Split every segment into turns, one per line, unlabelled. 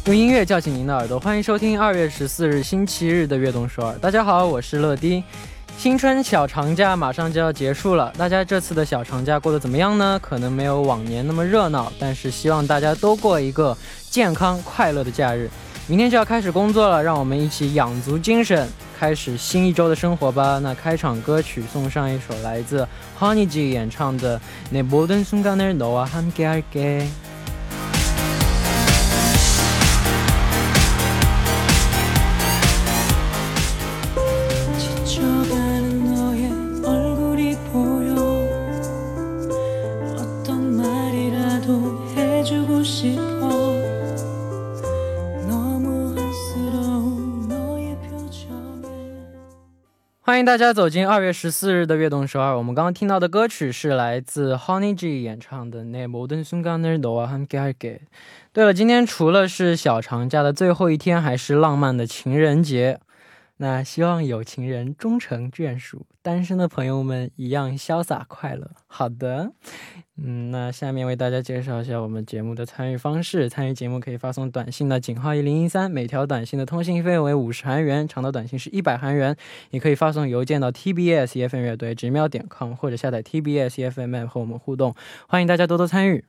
用音乐叫醒您的耳朵，欢迎收听2月14日星期日的悦动首尔。大家好，我是乐迪。新春小长假马上就要结束了，大家这次的小长假过得怎么样呢？可能没有往年那么热闹，但是希望大家都过一个健康快乐的假日。明天就要开始工作了，让我们一起养足精神，开始新一周的生活吧。那开场歌曲送上一首来自 허니지 演唱的내 모든 순간을 너와 함께 할게。欢迎大家走进2月14日的悦动首尔。我们刚刚听到的歌曲是来自 허니지 演唱的내 모든 순간을 너와 함께 할게。对了，今天除了是小长假的最后一天，还是浪漫的情人节。那希望有情人终成眷属，单身的朋友们一样潇洒快乐。好的，那下面为大家介绍一下我们节目的参与方式。参与节目可以发送短信到井号1013，每条短信的通信费为50韩元，长的短信是100韩元。也可以发送邮件到 TBS EFM 乐队直瞄.com， 或者下载 TBS EFM App 和我们互动。欢迎大家多多参与。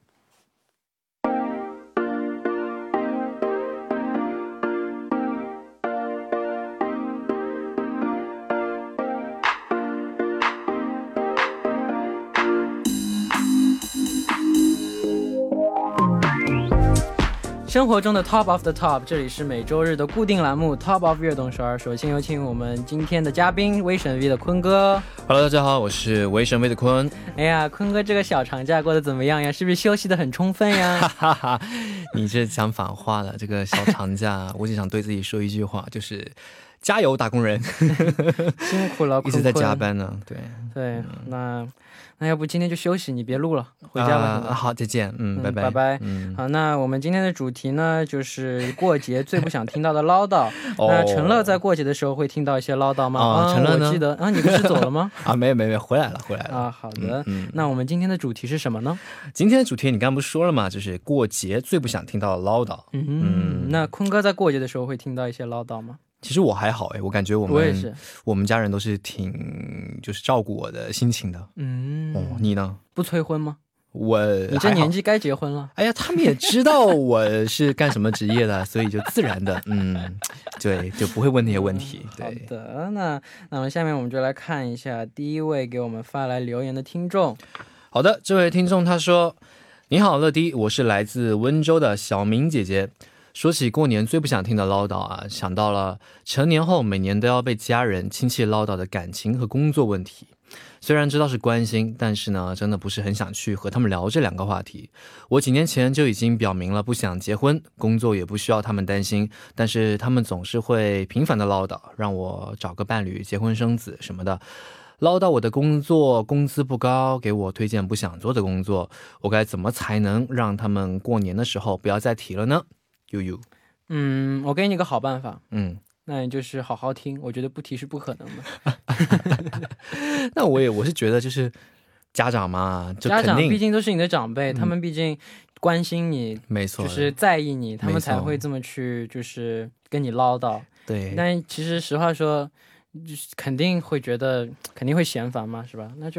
生活中的 Top of the Top， 这里是每周日的固定栏目 Top of 悦动首尔。首先有请我们今天的嘉宾威神 V 的坤哥。
Hello， 大家好，我是威神 V 的坤。
哎呀，坤哥这个小长假过得怎么样呀？是不是休息得很充分呀？
你这讲反话了，这个小长假我只想对自己说一句话，就是加油打工人。
辛苦了，
一直在加班呢。对，
那要不今天就休息，你别录了，回家吧。
好，再见。拜拜。
拜拜。好，那我们今天的主题呢，就是过节最不想听到的唠叨。那陈乐在过节的时候会听到一些唠叨吗？陈乐呢？我记得你不是走了吗？
没，回来了
啊。好的。那我们今天的主题是什么呢？
今天的主题你刚不是说了吗？就是过节最不想听到的唠叨。
那坤哥在过节的时候会听到一些唠叨吗？
其实我还好，我感觉我们家人都是挺就是照顾我的心情的。你呢？
不催婚吗？
你
这年纪该结婚了。
哎呀，他们也知道我是干什么职业的，所以就自然的对，就不会问那些问题。对。
好的，那么下面我们就来看一下第一位给我们发来留言的听众。
好的，这位听众他说：你好乐迪，我是来自温州的小明姐姐。说起过年最不想听的唠叨啊，想到了成年后每年都要被家人亲戚唠叨的感情和工作问题。虽然知道是关心，但是呢真的不是很想去和他们聊这两个话题。我几年前就已经表明了不想结婚，工作也不需要他们担心，但是他们总是会频繁的唠叨，让我找个伴侣结婚生子什么的，唠叨我的工作工资不高，给我推荐不想做的工作。我该怎么才能让他们过年的时候不要再提了呢？悠悠。
我给你个好办法。那你就是好好听，我觉得不提是不可能的。
那我是觉得就是家长嘛，就
家长毕竟都是你的长辈，他们毕竟关心你，
没错，
就是在意你，他们才会这么去就是跟你唠叨。
对，
但其实实话说，肯定会觉得肯定会嫌烦嘛，是吧？那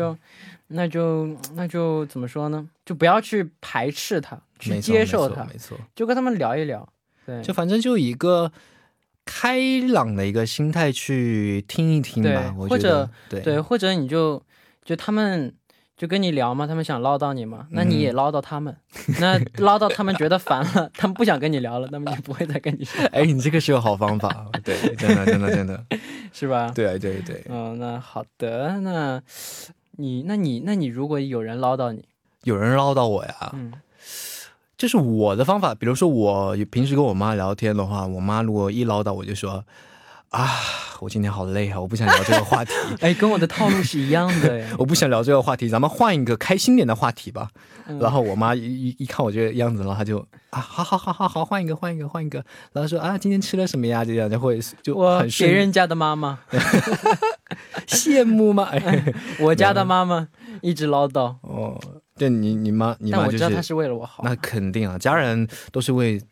就怎么说呢？就不要去排斥他，去接受他，
没错，
就跟他们聊一聊。对，
就反正就以一个开朗的一个心态去听一听吧。我觉得
或者你就他们就跟你聊嘛，他们想唠叨你嘛，那你也唠叨他们。那唠叨他们觉得烦了，他们不想跟你聊了，那么就不会再跟你说。
你这个是个好方法。对，真的
是吧？
对。
那好的，那你如果有人唠叨你，
有人唠叨我呀，就是我的方法。比如说我平时跟我妈聊天的话，我妈如果一唠叨我就说我今天好累啊，我不想聊这个话题。
跟我的套路是一样的。
我不想聊这个话题，咱们换一个开心点的话题吧。然后我妈一看我这个样子，然后她就好，换一个。然后说今天吃了什么呀？这样就会就很顺。
别人家的妈妈
羡慕吗？
我家的妈妈一直唠叨。
对，你妈
但我知道她是为了我好。
那肯定啊，家人都是为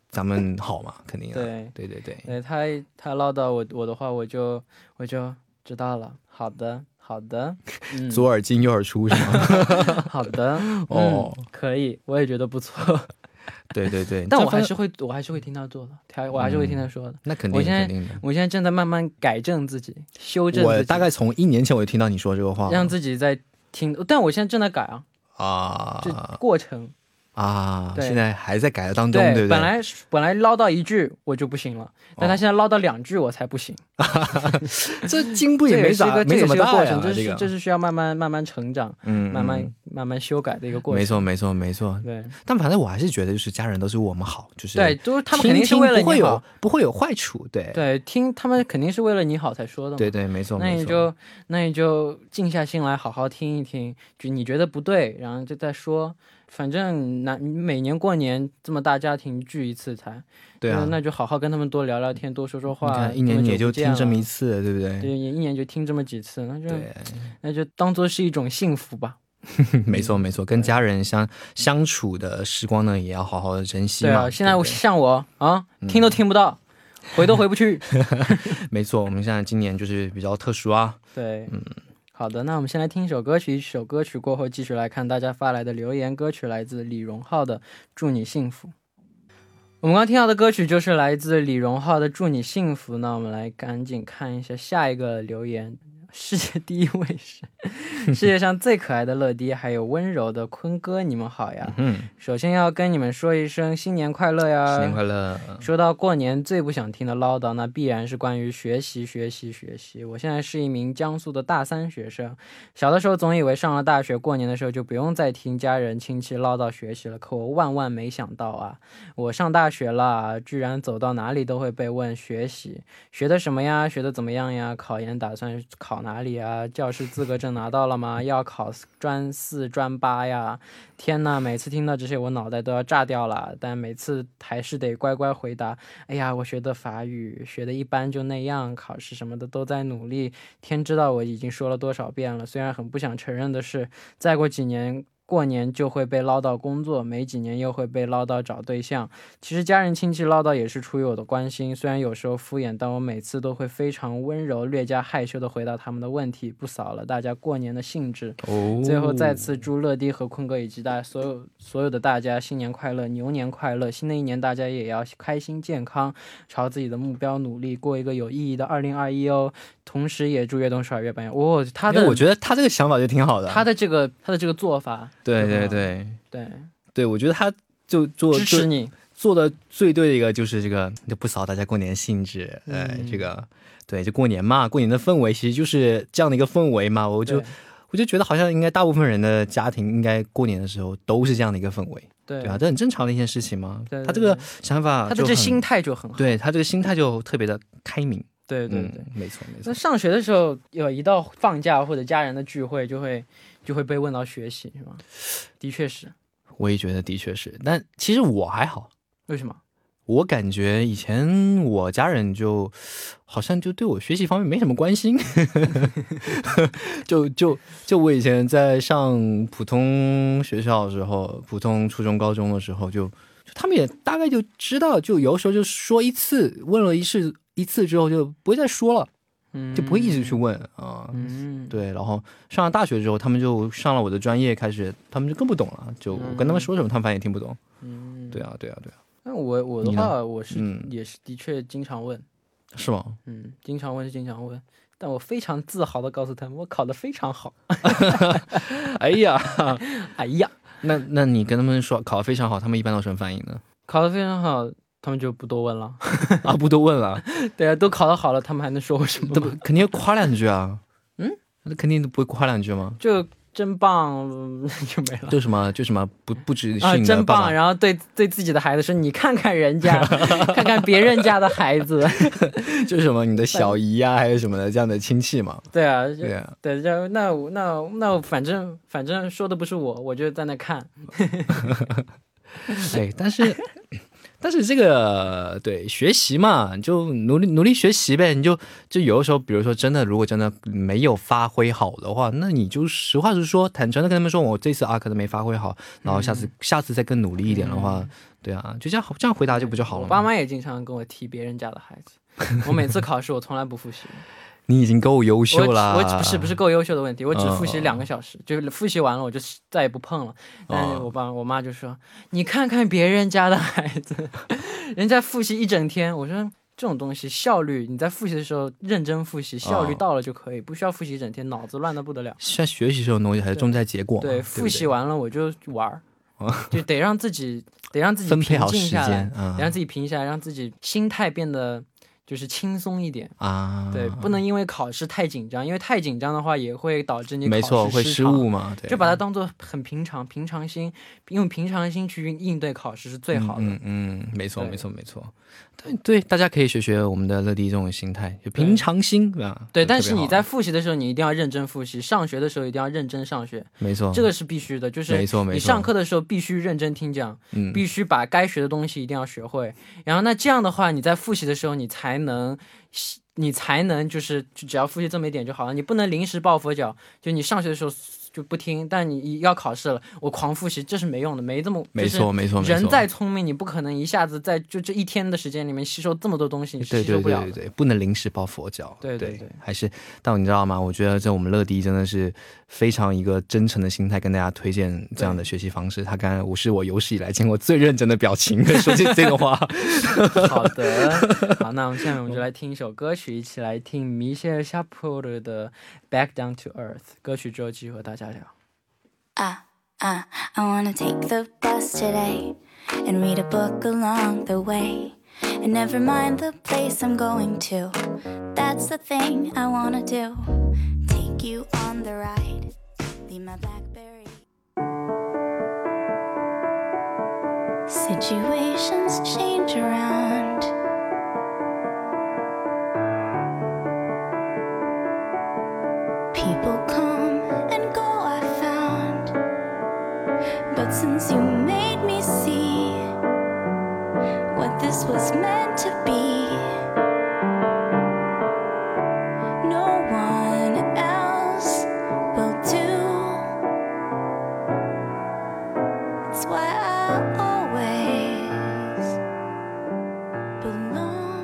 咱们好嘛，肯定啊。
对
对对对，
他唠叨我的话，我就知道了。好的，
左耳进右耳出是吗？
好的，
哦，
可以，我也觉得不错。
对对对，
但我还是会听他做的，我还是会听他说的。
那肯定肯定的。
我现在正在慢慢改正自己，修正自己。
我大概从1年前我就听到你说这个话，
让自己在听，但我现在正在改这过程。
现在还在改的当中，对不对？
本来唠叨一句我就不行了，但他现在唠叨2句我才不行。
这进步也没怎么大呀，
这是需要慢慢成长，慢慢修改的一个过程。
没错。
对，
但反正我还是觉得，就是家人都是为我们好，就是
对，都他们肯定是为了你好，
不会有坏处。对，
听他们肯定是为了你好才说的嘛。
对，没错。
那你就静下心来，好好听一听，就你觉得不对，然后就再说。反正每年过年这么大家庭聚一次才
对啊，
那就好好跟他们多聊聊天，多说说话。
你看1年也就听这么一次，对不对？
对，1年就听这么几次，那就当做是一种幸福吧。
没错，跟家人相处的时光呢，也要好好的珍惜嘛。
对啊，现在像我听都听不到，回都回不去。
没错，我们现在今年就是比较特殊啊。
对，好的，那我们先来听一首歌曲，一首歌曲过后继续来看大家发来的留言。歌曲来自李荣浩的《祝你幸福》。我们刚听到的歌曲就是来自李荣浩的《祝你幸福》。那我们来赶紧看一下下一个留言。世界第一位是世界上最可爱的乐迪，还有温柔的坤哥，你们好呀。首先要跟你们说一声新年快乐呀！
新年快乐。
说到过年最不想听的唠叨，那必然是关于学习。我现在是一名江苏的大3学生，小的时候总以为上了大学过年的时候就不用再听家人亲戚唠叨学习了，可我万万没想到啊，我上大学了，居然走到哪里都会被问学习，学的什么呀，学的怎么样呀，考研打算考哪里啊，教师资格证拿到了吗，要考专4专8呀。天哪，每次听到这些我脑袋都要炸掉了，但每次还是得乖乖回答，哎呀，我学的法语学的一般就那样，考试什么的都在努力。天知道我已经说了多少遍了，虽然很不想承认的是，再过几年过年就会被唠叨工作，没几年又会被唠叨找对象。其实家人亲戚唠叨也是出于我的关心，虽然有时候敷衍，但我每次都会非常温柔略加害羞的回答他们的问题，不扫了大家过年的兴致。最后再次祝乐迪和坤哥以及所有的大家新年快乐，牛年快乐，新的一年大家也要开心健康，朝自己的目标努力，过一个有意义的2021哦。同时也祝悦动12月半月我觉
得他这个想法就挺好的，
他的这个做法，
对，我觉得他就
支持你
做的最对的一个就是这个，就不扫大家过年兴致，这个对，就过年嘛，过年的氛围其实就是这样的一个氛围嘛，我就觉得好像应该大部分人的家庭应该过年的时候都是这样的一个氛围，对啊，这很正常的一件事情嘛。他这个想法，
他的这心态就很好，
对他这个心态就特别的开明。
对，
没错。
那上学的时候，有一到放假或者家人的聚会，就会被问到学习，是吗？的确是，
我也觉得的确是，但其实我还好。
为什么？
我感觉以前我家人就好像就对我学习方面没什么关心，就我以前在上普通学校的时候，普通初中高中的时候，就他们也大概就知道，就有时候就说一次，问了一次之后就不会再说了，就不会一直去问啊。对，然后上了大学之后，他们就上了我的专业，开始他们就更不懂了，就我跟他们说什么，他们反正也听不懂。对啊。
那我的话，我是也是的确经常问，
是吗？
经常问，但我非常自豪的告诉他们，我考得非常好。
哎呀，那你跟他们说考得非常好，他们一般都什么反应呢？
考得非常好，他们就不多问了。
不多问了。
对啊，都考得好了，他们还能说我什么？
肯定要夸2句啊。那肯定都不会夸2句吗？
就真棒就没了。
就什么不只是你的
真棒，然后对自己的孩子说，你看看人家，看看别人家的孩子，
就是什么你的小姨啊，还有什么的这样的亲戚嘛。
对啊，那反正说的不是我就在那看。
对，但是但是这个对学习嘛，你就努力学习呗。你就有的时候，比如说真的，如果真的没有发挥好的话，那你就实话实说，坦诚的跟他们说，我这次可能没发挥好，然后下次再更努力一点的话，对啊，就这样回答就不就好了吗？
我爸妈也经常跟我提别人家的孩子，我每次考试我从来不复习。
你已经够优秀了。
我不是够优秀的问题，我只复习2个小时，就是复习完了我就再也不碰了。但是我妈就说，你看看别人家的孩子，人家复习一整天。我说这种东西效率，你在复习的时候认真复习，效率到了就可以，不需要复习一整天，脑子乱得不得了。
现在学习这种东西还是重在结果。
对，复习完了我就玩，就得让自己
分配好时
平静下来，
间，
得让自己平下来，让自己心态变得就是轻松一点
啊。
对，不能因为考试太紧张，因为太紧张的话也会导致你考试
没错会失误嘛。对，
就把它当做很平常心，用平常心去应对考试是最好的。
没错。对，大家可以学我们的乐迪这种心态，就平常心啊。
对，但是你在复习的时候，你一定要认真复习；上学的时候一定要认真上学。
没错，
这个是必须的。就是你上课的时候必须认真听讲，必须把该学的东西一定要学会。然后那这样的话，你在复习的时候，你才能就是只要复习这么一点就好了。你不能临时抱佛脚，就你上学的时候就不听，但你要考试了，我狂复习，这是没用的，没错。人再聪明，你不可能一下子在就这一天的时间里面吸收这么多东西，你吸收不了的。
对，不能临时抱佛脚。
对，
还是，但你知道吗？我觉得在我们乐迪真的是非常一个真诚的心态，跟大家推荐这样的学习方式。他刚才是我有史以来见过最认真的表情，说起这个话。
好的，好，那下面我们就来听一首歌曲，一起来听 Michel Chapeau 的 Back Down to Earth。歌曲之后继续和大家聊。
I wanna take the bus today and read a book along the way and never mind the place I'm going to. That's the thing I wanna do. Take you on the ride, leave my BlackBerry. Situations change around. People come and go, I found. But since you made me see what this was meant to be, no one else will do. That's why I always belong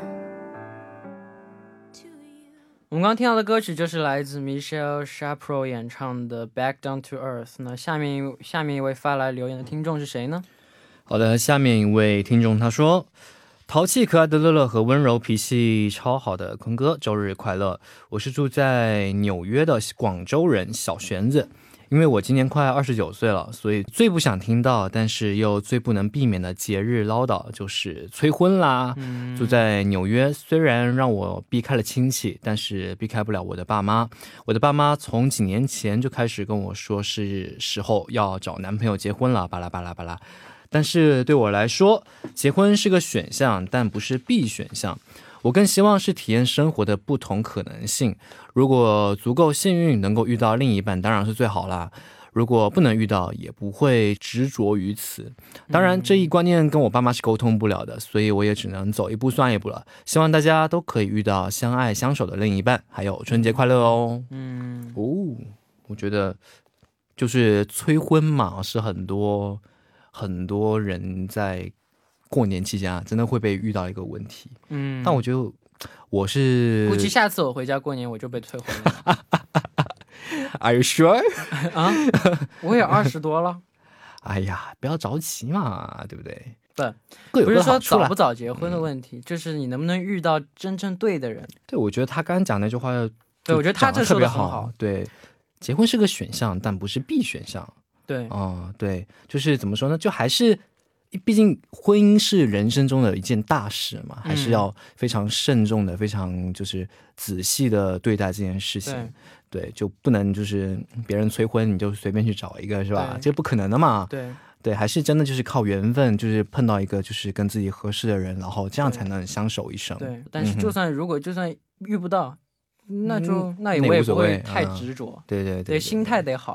to you.
我们刚刚听到的歌曲就是来自 Michel Chapeau 演唱的 Back Down to Earth。那下面一位发来留言的听众是谁呢？
好的，下面一位听众他说，淘气可爱的乐乐和温柔脾气超好的坤哥，周日快乐！我是住在纽约的广州人小玄子。因为我今年快29岁了，所以最不想听到但是又最不能避免的节日唠叨就是催婚啦。住在纽约，虽然让我避开了亲戚，但是避开不了我的爸妈。我的爸妈从几年前就开始跟我说是时候要找男朋友结婚了，巴拉巴拉巴拉。但是对我来说，结婚是个选项，但不是必选项。我更希望是体验生活的不同可能性。如果足够幸运能够遇到另一半，当然是最好啦。如果不能遇到，也不会执着于此。当然，这一观念跟我爸妈是沟通不了的，所以我也只能走一步算一步了。希望大家都可以遇到相爱相守的另一半，还有春节快乐哦。我觉得就是催婚嘛，是很多人在过年期间啊，真的会被遇到一个问题。但我觉得我是
估计下次我回家过年我就被催婚了。
Are you sure？
啊，我也20多了。
哎呀，不要着急嘛，对不对？
不是说早不早结婚的问题，就是你能不能遇到真正对的人。
对，我觉得他刚刚讲那句话，
对，我觉得他这说的很好。
对，结婚是个选项，但不是必选项。
对，
对，就是怎么说呢？就还是，毕竟婚姻是人生中的一件大事嘛，还是要非常慎重的、非常就是仔细的对待这件事情。对，就不能就是别人催婚你就随便去找一个，是吧？这不可能的嘛。对，还是真的就是靠缘分，就是碰到一个就是跟自己合适的人，然后这样才能相守一生。
对，但是就算遇不到，那也我也不会太执着。
对，
心态得好。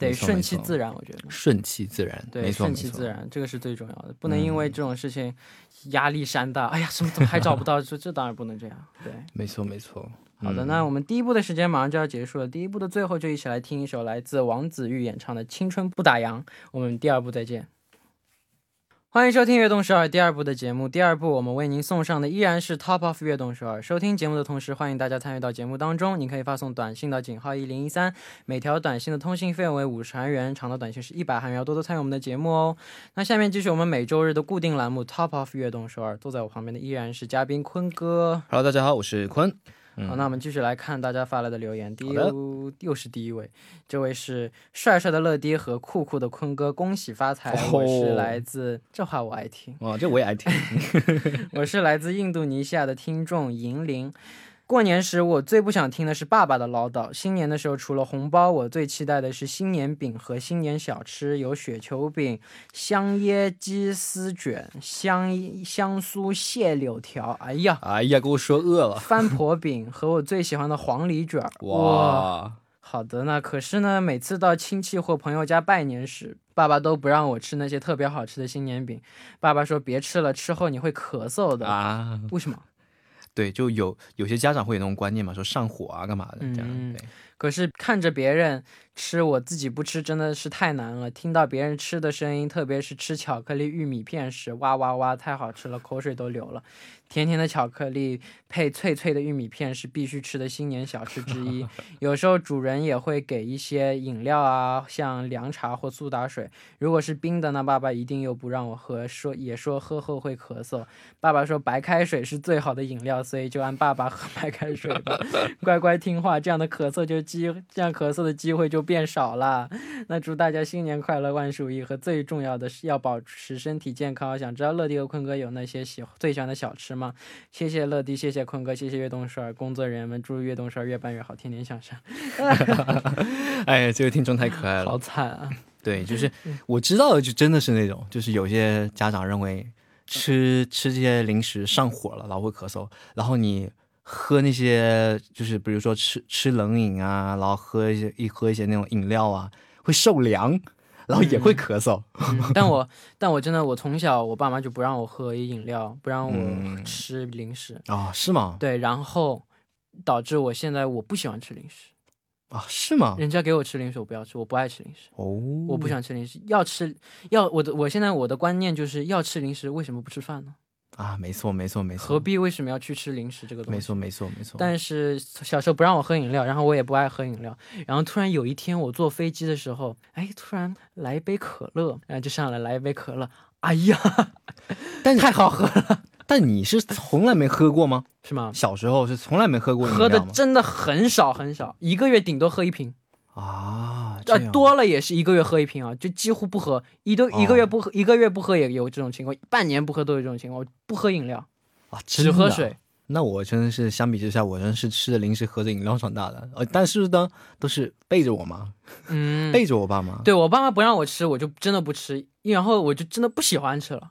得顺
没错没错
其自然，我觉得。
顺其自然，
对，
没错
顺其
没错
自然，这个是最重要的，不能因为这种事情压力山大。哎呀，怎么还找不到？这当然不能这样。对，
没错没错。
好的，那我们第一部的时间马上就要结束了。第一部的最后就一起来听一首来自王子玉演唱的《青春不打烊》。我们第二部再见。欢迎收听《悦动首尔》第二部的节目。第二部我们为您送上的依然是 Top of 悦动首尔。收听节目的同时，欢迎大家参与到节目当中。您可以发送短信到井号1013，每条短信的通信费用为50韩元，长的短信是100韩元。要多多参与我们的节目哦。那下面继续我们每周日的固定栏目 Top of 悦动首尔。坐在我旁边的依然是嘉宾坤哥。
Hello， 大家好，我是坤。
好，那我们继续来看大家发来的留言。
好的
又是第一位，这位是帅帅的乐迪和酷酷的坤哥，恭喜发财！
哦
我是来自，这话我爱听，
哇，这我也爱听。
我是来自印度尼西亚的听众银铃。过年时，我最不想听的是爸爸的唠叨。新年的时候，除了红包，我最期待的是新年饼和新年小吃，有雪球饼、香椰鸡丝卷、香酥蟹柳条。哎呀，
哎呀，给我说饿了。
翻婆饼和我最喜欢的黄梨卷。
哇，
好的呢，可是呢，每次到亲戚或朋友家拜年时，爸爸都不让我吃那些特别好吃的新年饼。爸爸说别吃了，吃后你会咳嗽的。
啊，
为什么？
对，就有些家长会有那种观念嘛，说上火啊，干嘛的这样。对，
可是看着别人吃，我自己不吃真的是太难了。听到别人吃的声音，特别是吃巧克力玉米片时，哇哇哇，太好吃了，口水都流了。甜甜的巧克力配脆脆的玉米片是必须吃的新年小吃之一。有时候主人也会给一些饮料啊，像凉茶或苏打水。如果是冰的呢，爸爸一定又不让我喝，也说喝后会咳嗽。爸爸说白开水是最好的饮料，所以就按爸爸喝白开水吧。乖乖听话，这样咳嗽的机会就变少了。那祝大家新年快乐，万事如意，和最重要的是要保持身体健康。想知道乐迪和坤哥有那些最喜欢的小吃吗？谢谢乐迪，谢谢坤哥，谢谢悦动首尔工作人员们，祝悦动首尔越办越好，天天向上。
哎，这个听众太可爱了，
好惨啊！
对，就是我知道的，就真的是那种，就是有些家长认为吃这些零食上火了，老会咳嗽，然后你喝那些就是比如说吃冷饮啊，然后喝一些那种饮料啊，会受凉。然后也会咳嗽。
但我真的，我从小我爸妈就不让我喝饮料，不让我吃零食
啊，是吗？
对，然后导致我现在我不喜欢吃零食
啊，是吗？
人家给我吃零食我不要吃，我不爱吃零食
哦，
我不想吃零食，我现在我的观念就是要吃零食为什么不吃饭呢？
啊，没错，
何必为什么要去吃零食这个东西？
没错。
但是小时候不让我喝饮料，然后我也不爱喝饮料，然后突然有一天我坐飞机的时候，哎，突然来一杯可乐，然后就上来一杯可乐，哎呀，但太好喝了。
但你是从来没喝过吗？
是吗？
小时候是从来没喝过饮料
吗？喝的真的很少很少，一个月顶多喝一瓶。
啊，
多了也是一个月喝一瓶啊，就几乎不喝，一个月不喝，一个月不喝也有这种情况，半年不喝都有这种情况。我不喝饮料
啊，
只喝水。
那我真的是相比之下，我真的是吃着零食喝着饮料长大的。但是呢，都是背着我妈，背着我爸妈。
对，我爸妈不让我吃，我就真的不吃，然后我就真的不喜欢吃了。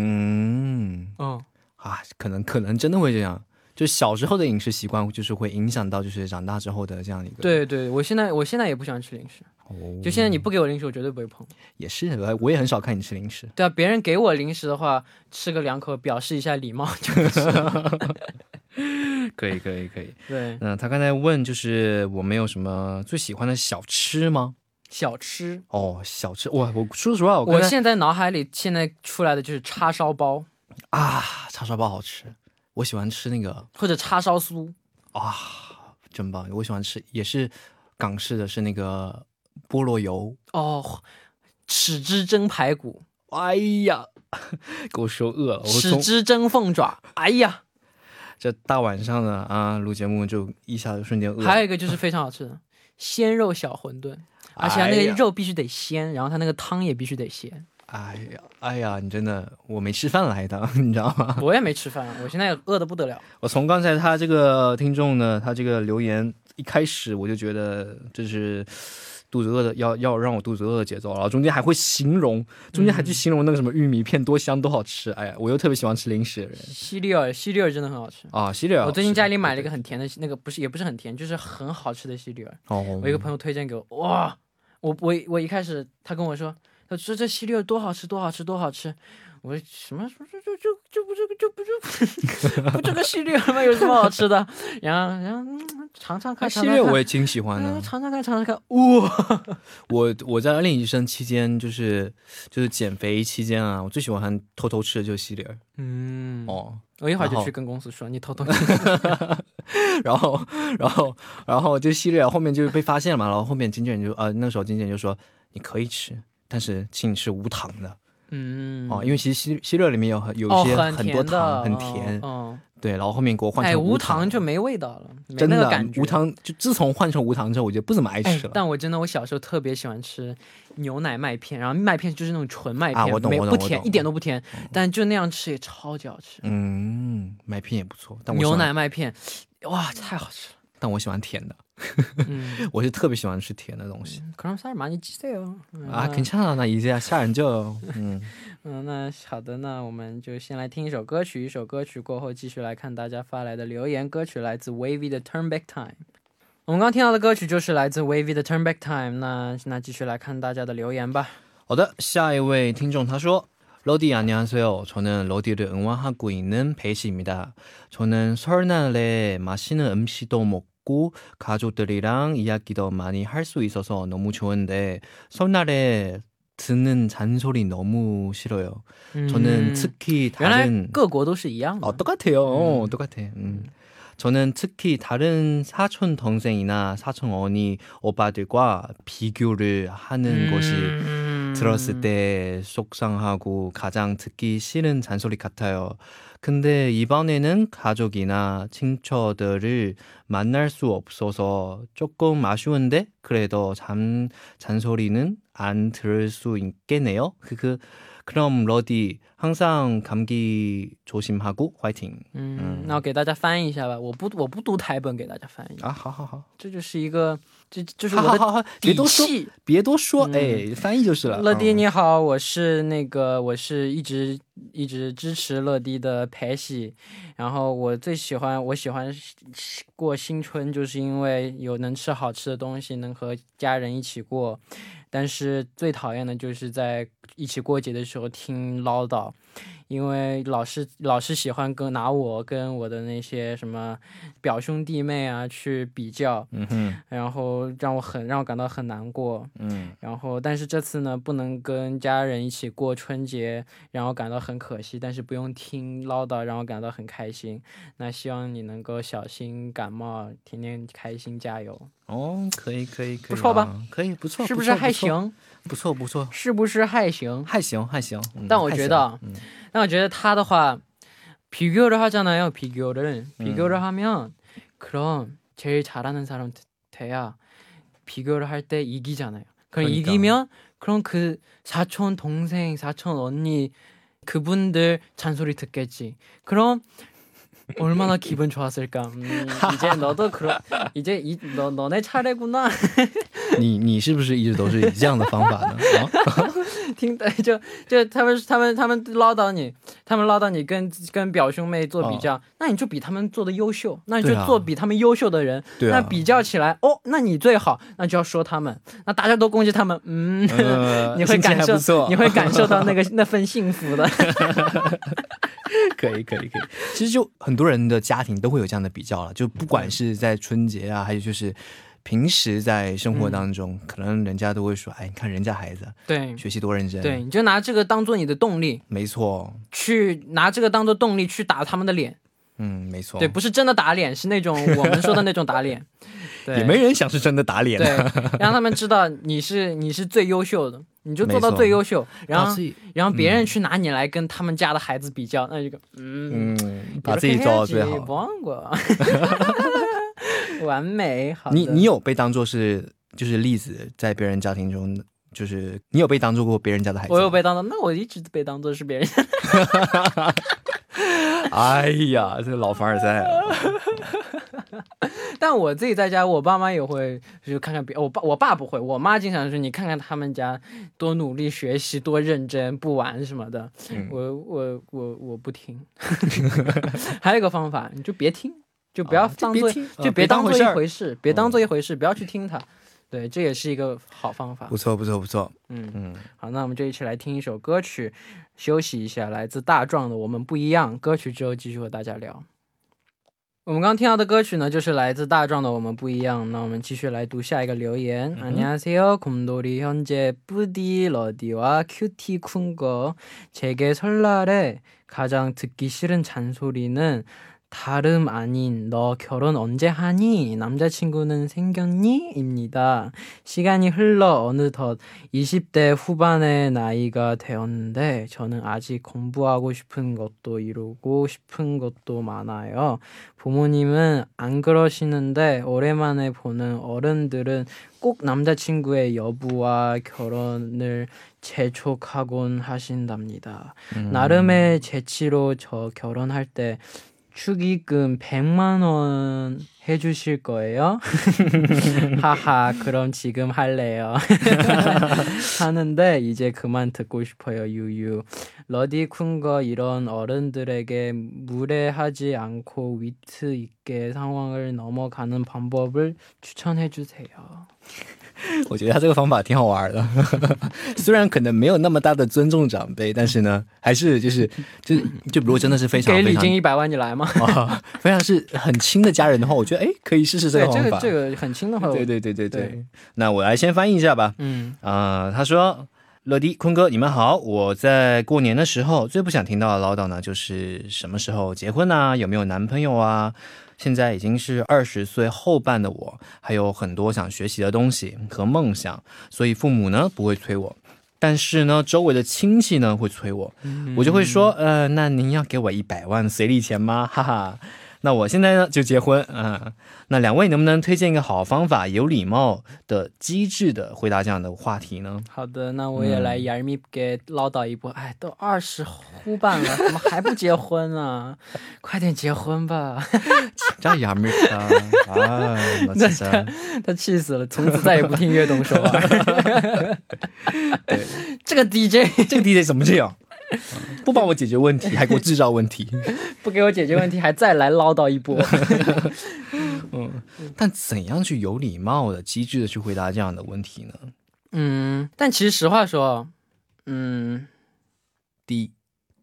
可能真的会这样。就小时候的饮食习惯，就是会影响到就是长大之后的这样的一个。
对，我现在也不喜欢吃零食。就现在你不给我零食，我绝对不会碰。
也是，我也很少看你吃零食。
对啊，别人给我零食的话，吃个2口，表示一下礼貌就不吃了。
可以。
对，
他刚才问就是我们有什么最喜欢的小吃吗？
小吃
小吃哇！我说实话，
我现在脑海里现在出来的就是叉烧包
啊，叉烧包好吃。我喜欢吃那个
或者叉烧酥
啊，真棒！我喜欢吃也是港式的，是那个菠萝油
豉汁蒸排骨。
哎呀，给我说饿了！
豉汁蒸凤爪。哎呀，
这大晚上的啊，录节目就一下子瞬间饿了。
还有一个就是非常好吃的鲜肉小馄饨，而且它那个肉必须得鲜，然后它那个汤也必须得鲜。
哎呀，你真的，我没吃饭来的，你知道吗？
我也没吃饭，我现在饿得不得了。
我从刚才他这个听众呢，他这个留言一开始我就觉得这是肚子饿的，要让我肚子饿的节奏，然后中间还会形容，中间还去形容那个什么玉米片多香多好吃。哎呀，我又特别喜欢吃零食的人。
西利尔真的很好吃
啊，西利尔。
我最近家里买了一个很甜的那个，也不是很甜，就是很好吃的西利尔。我一个朋友推荐给我，哇！ 我一开始他跟我说，他说这系列多好吃多好吃多好吃，我说什么不这个系列吗？有什么好吃的？然后尝尝看，
系列我也挺喜欢的，
尝尝看，哇！
我在练医生期间，就是减肥期间啊，我最喜欢偷偷吃的就是西里尔。
我一会儿就去跟公司说你偷偷吃。
然后就西里尔后面就被发现了嘛，然后后面经纪人就那时候经纪人就说你可以吃，但是请你吃无糖的。因为其实西里尔里面有一些很多糖，很甜。对，然后后面给我换成
无糖就没味道了，
真的
感觉。
无糖就自从换成无糖之后，我就不怎么爱吃了。
但我小时候特别喜欢吃牛奶麦片，然后麦片就是那种纯麦片，
我懂，
不甜，一点都不甜，但就那样吃也超级好吃。
麦片也不错，但
牛奶麦片，哇，太好吃了。
但我喜欢甜的。我是特别喜欢吃甜的东西。
그럼 살 많이 찌세요.
괜찮아. 나 이제 살안 쪄요.
那好的，那我们就先来听一首歌曲，一首歌曲过后继续来看大家发来的留言。歌曲来自 Wavy 的 Turn Back Time。我们刚听到的歌曲就是来自 Wavy 的 Turn Back Time。那继续来看大家的留言吧。
好的，下一位听众他说러디 안녕하세요. 저는 러디를 응원하고 있는 배시입니다. 저는 설날에 맛있는 음식도 먹고 가족들이랑 이야기도 많이 할 수 있어서 너무 좋은데 설날에 듣는 잔소리 너무 싫어요. 저는 특히 다른
各国都是一样的.
똑같아요. 똑같아. 저는 특히 다른 사촌 동생이나 사촌 언니 오빠들과 비교를 하는 것이 들었을 때 속상하고 가장 듣기 싫은 잔소리 같아요. 근데 이번에는 가족이나 친척들을 만날 수 없어서 조금 아쉬운데 그래도 잔소리는 안 들을 수 있겠네요. 그럼 러디 항상 감기 조심하고 화이팅.
那我给大家翻译一下吧，我不读台本，给大家翻译。
好，
这就是一个，这就是我的底气。
别多说，翻译就是了。
乐迪你好，我是一直支持乐迪的培喜，然后我喜欢过新春，就是因为有能吃好吃的东西，能和家人一起过。但是最讨厌的就是在一起过节的时候听唠叨，因为老是喜欢拿我跟我的那些什么表兄弟妹啊去比较，然后让我感到很难过，然后但是这次呢不能跟家人一起过春节，让我感到很可惜，但是不用听唠叨，让我感到很开心。那希望你能够小心感冒，天天开心，加油。
可以，
不错吧？
可以，不错，
是不是还行？
不错，
是不是还行？
还行。
但我觉得他的话비교를 하잖아요. 비교를 하면 그럼 제일 잘하는 사람 돼야 비교를 할 때 이기잖아요. 그럼 이기면 그럼 그 사촌 동생, 사촌 언니 그분들 잔소리 듣겠지. 그럼 얼마나 기분 좋았을까. 이제 너도 이제 너네 차례구나.
你是不是一直都是以这样的方法呢？
听就他们唠叨你跟表兄妹做比较，那你就比他们做的优秀，那你就做比他们优秀的人，那比较起来那你最好，那就要说他们，那大家都攻击他们，你会感受到那份幸福的。
可以，其实就很多人的家庭都会有这样的比较了，就不管是在春节啊，还有就是平时在生活当中，可能人家都会说，你看人家孩子对学习多认真，
对，你就拿这个当做你的动力，
没错，
去拿这个当做动力去打他们的脸，
没错，
对，不是真的打脸，是那种我们说的那种打脸。对，
也没人想是真的打脸，
对，让他们知道你是最优秀的，你就做到最优秀，然后别人去拿你来跟他们家的孩子比较，那就
把自己做到最好，
完美。好的，
你有被当作是就是例子，在别人家庭中，就是你有被当作过别人家的孩子？
我有被当作，那我一直被当作是别人家的。
哎呀，这个老凡尔赛。
但我自己在家，我爸妈也会就看看我爸不会，我妈经常说你看看他们家多努力学习，多认真，不玩什么的。我不听。还有一个方法，你就别听，就不要当做，就别当做一回事，别当做一回事，不要去听他。 对，这也是一个好方法。
不错不错不错。
好，那我们就一起来听一首歌曲，休息一下，来自大壮的《我们不一样》。歌曲之后继续和大家聊。我们刚听到的歌曲呢，就是来自大壮的《我们不一样》。那我们继续来读下一个留言。안녕하세요 곰돌이 현재 뿌디 러디와 큐티 쿤거. 제게 설날에 가장 듣기 싫은 잔소리는 다름 아닌 너 결혼 언제 하니? 남자친구는 생겼니? 입니다. 시간이 흘러 어느덧 20대 후반의 나이가 되었는데 저는 아직 공부하고 싶은 것도 이루고 싶은 것도 많아요. 부모님은 안 그러시는데 오랜만에 보는 어른들은 꼭 남자친구의 여부와 결혼을 재촉하곤 하신답니다. 나름의 재치로 저 결혼할 때 축의금 100만 원 해주실 거예요? 하하, 그럼 지금 할래요. 하는데 이제 그만 듣고 싶어요. 유유. 러디 쿤거 이런 어른들에게 무례하지 않고 위트 있게 상황을 넘어가는 방법을 추천해 주세요.
我觉得他这个方法挺好玩的，虽然可能没有那么大的尊重长辈，但是呢，还是就如果真的是非常
给礼金100万你来吗？
非常是很亲的家人的话，我觉得可以试试这个方法。
这个很亲的话，
对。那我来先翻译一下吧。他说。乐迪坤哥，你们好！我在过年的时候最不想听到的唠叨呢，就是什么时候结婚啊，有没有男朋友啊。现在已经是20岁后半的我，还有很多想学习的东西和梦想，所以父母呢不会催我，但是呢周围的亲戚呢会催我，我就会说，那您要给我100万随礼钱吗？哈哈。那我现在呢就结婚那两位能不能推荐一个好方法，有礼貌的机智的回答这样的话题呢？
好的，那我也来얄밉게唠叨一波。都20후반了，怎么还不结婚啊？快点结婚吧！
진짜 얄밉다啊，那진짜
他气死了，从此再也不听悦动首尔。对，这个 DJ
怎么这样？不帮我解决问题，还给我制造问题，
不给我解决问题，还再来唠叨一波。
但怎样去有礼貌的、机智的去回答这样的问题
呢？但其实实话说，
滴，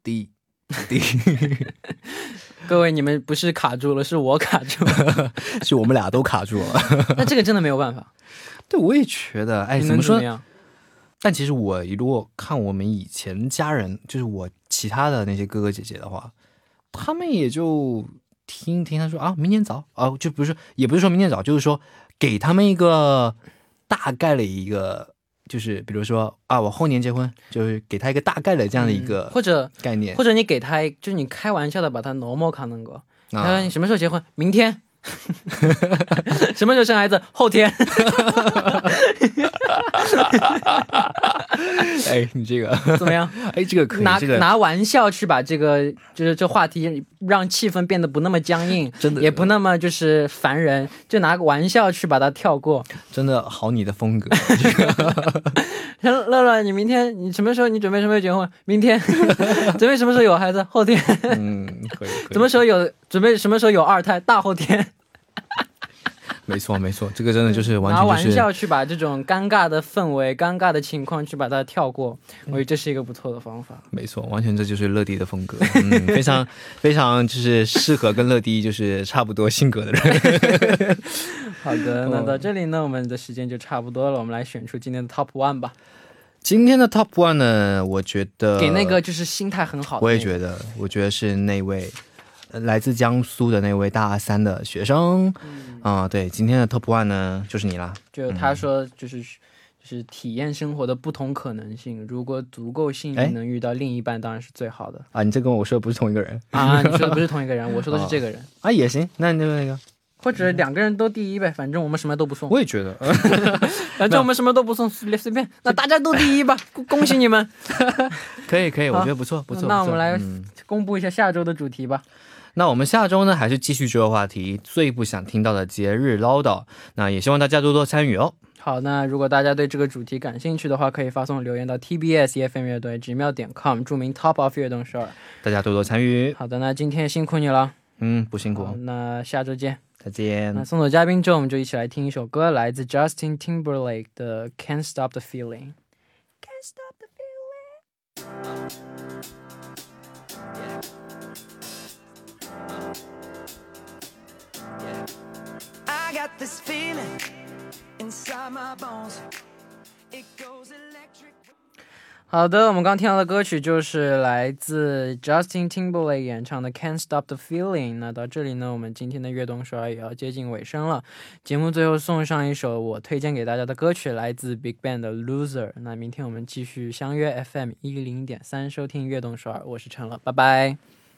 各位你们不是卡住了，是我卡住了，
是我们俩都卡住了。
那这个真的没有办法。
对，我也觉得，怎么说？
怎么样？
但其实我如果看我们以前家人，就是我其他的那些哥哥姐姐的话，他们也就听他说啊，明年早啊，就不是，也不是说明年早，就是说给他们一个大概的一个，就是比如说啊，我后年结婚，就是给他一个大概的这样的一个
或者
概念，
或者你给他，就是你开玩笑的把他넘어가는 거，他说你什么时候结婚？明天。什么时候生孩子？后天。
你这个
怎么样？
这个可以，
拿玩笑去把这个就是这话题让气氛变得不那么僵硬，真的也不那么就是烦人，就拿个玩笑去把它跳过，
真的好你的风格。
乐乐，你明天你什么时候？你准备什么时候结婚？明天。准备什么时候有孩子？后天。
可以。
什么时候有？准备什么时候有2胎？大后天。
没错，这个真的就是完全就是
拿玩笑去把这种尴尬的氛围、尴尬的情况去把它跳过，我觉得这是一个不错的方法。
没错，完全这就是乐迪的风格，非常非常就是适合跟乐迪就是差不多性格的人。
好的，那到这里呢，我们的时间就差不多了，我们来选出今天的 Top One 吧。
今天的 Top One 呢，我觉得
给那个就是心态很好的，
我也觉得是那位。来自江苏的那位大3的学生，对，今天的 Top One 呢就是你啦。
就他说就是体验生活的不同可能性，如果足够幸运能遇到另一半，当然是最好的。
你这跟我说的不是同一个人
啊？你说的不是同一个人，我说的是这个人
也行，那个。
或者2个人都第一呗，反正我们什么都不送。
我也觉得，
反正我们什么都不送，随便。那大家都第一吧，恭喜你们。
可以，我觉得不错。
那我们来公布一下下周的主题吧。
那我们下周呢，还是继续这个话题，最不想听到的节日唠叨。那也希望大家多多参与哦。
好，那如果大家对这个主题感兴趣的话，可以发送留言到 TBS EFM 乐队直瞄.com，注明 Top of 悦动首尔，
大家多多参与。
好的，那今天辛苦你了。
不辛苦。
那下周见。
再见。
那送走嘉宾之后，我们就一起来听一首歌，来自 Justin Timberlake 的 Can't Stop the Feeling。Can't stop the
I got this feeling inside my bones. It goes electric.
好的，我们刚听到的歌曲就是来自 Justin Timberlake 演唱的 Can't Stop the Feeling。那到这里呢，我们今天的悦动首尔也要接近尾声了。节目最后送上一首我推荐给大家的歌曲，来自 Big Bang 的 Loser。那明天我们继续相约 FM 110.3收听悦动首尔，我是陈乐，拜拜。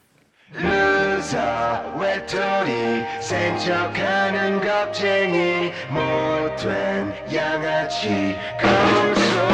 Loser 외톨이 센 척하는 겁쟁이 못된 양아치 거울 속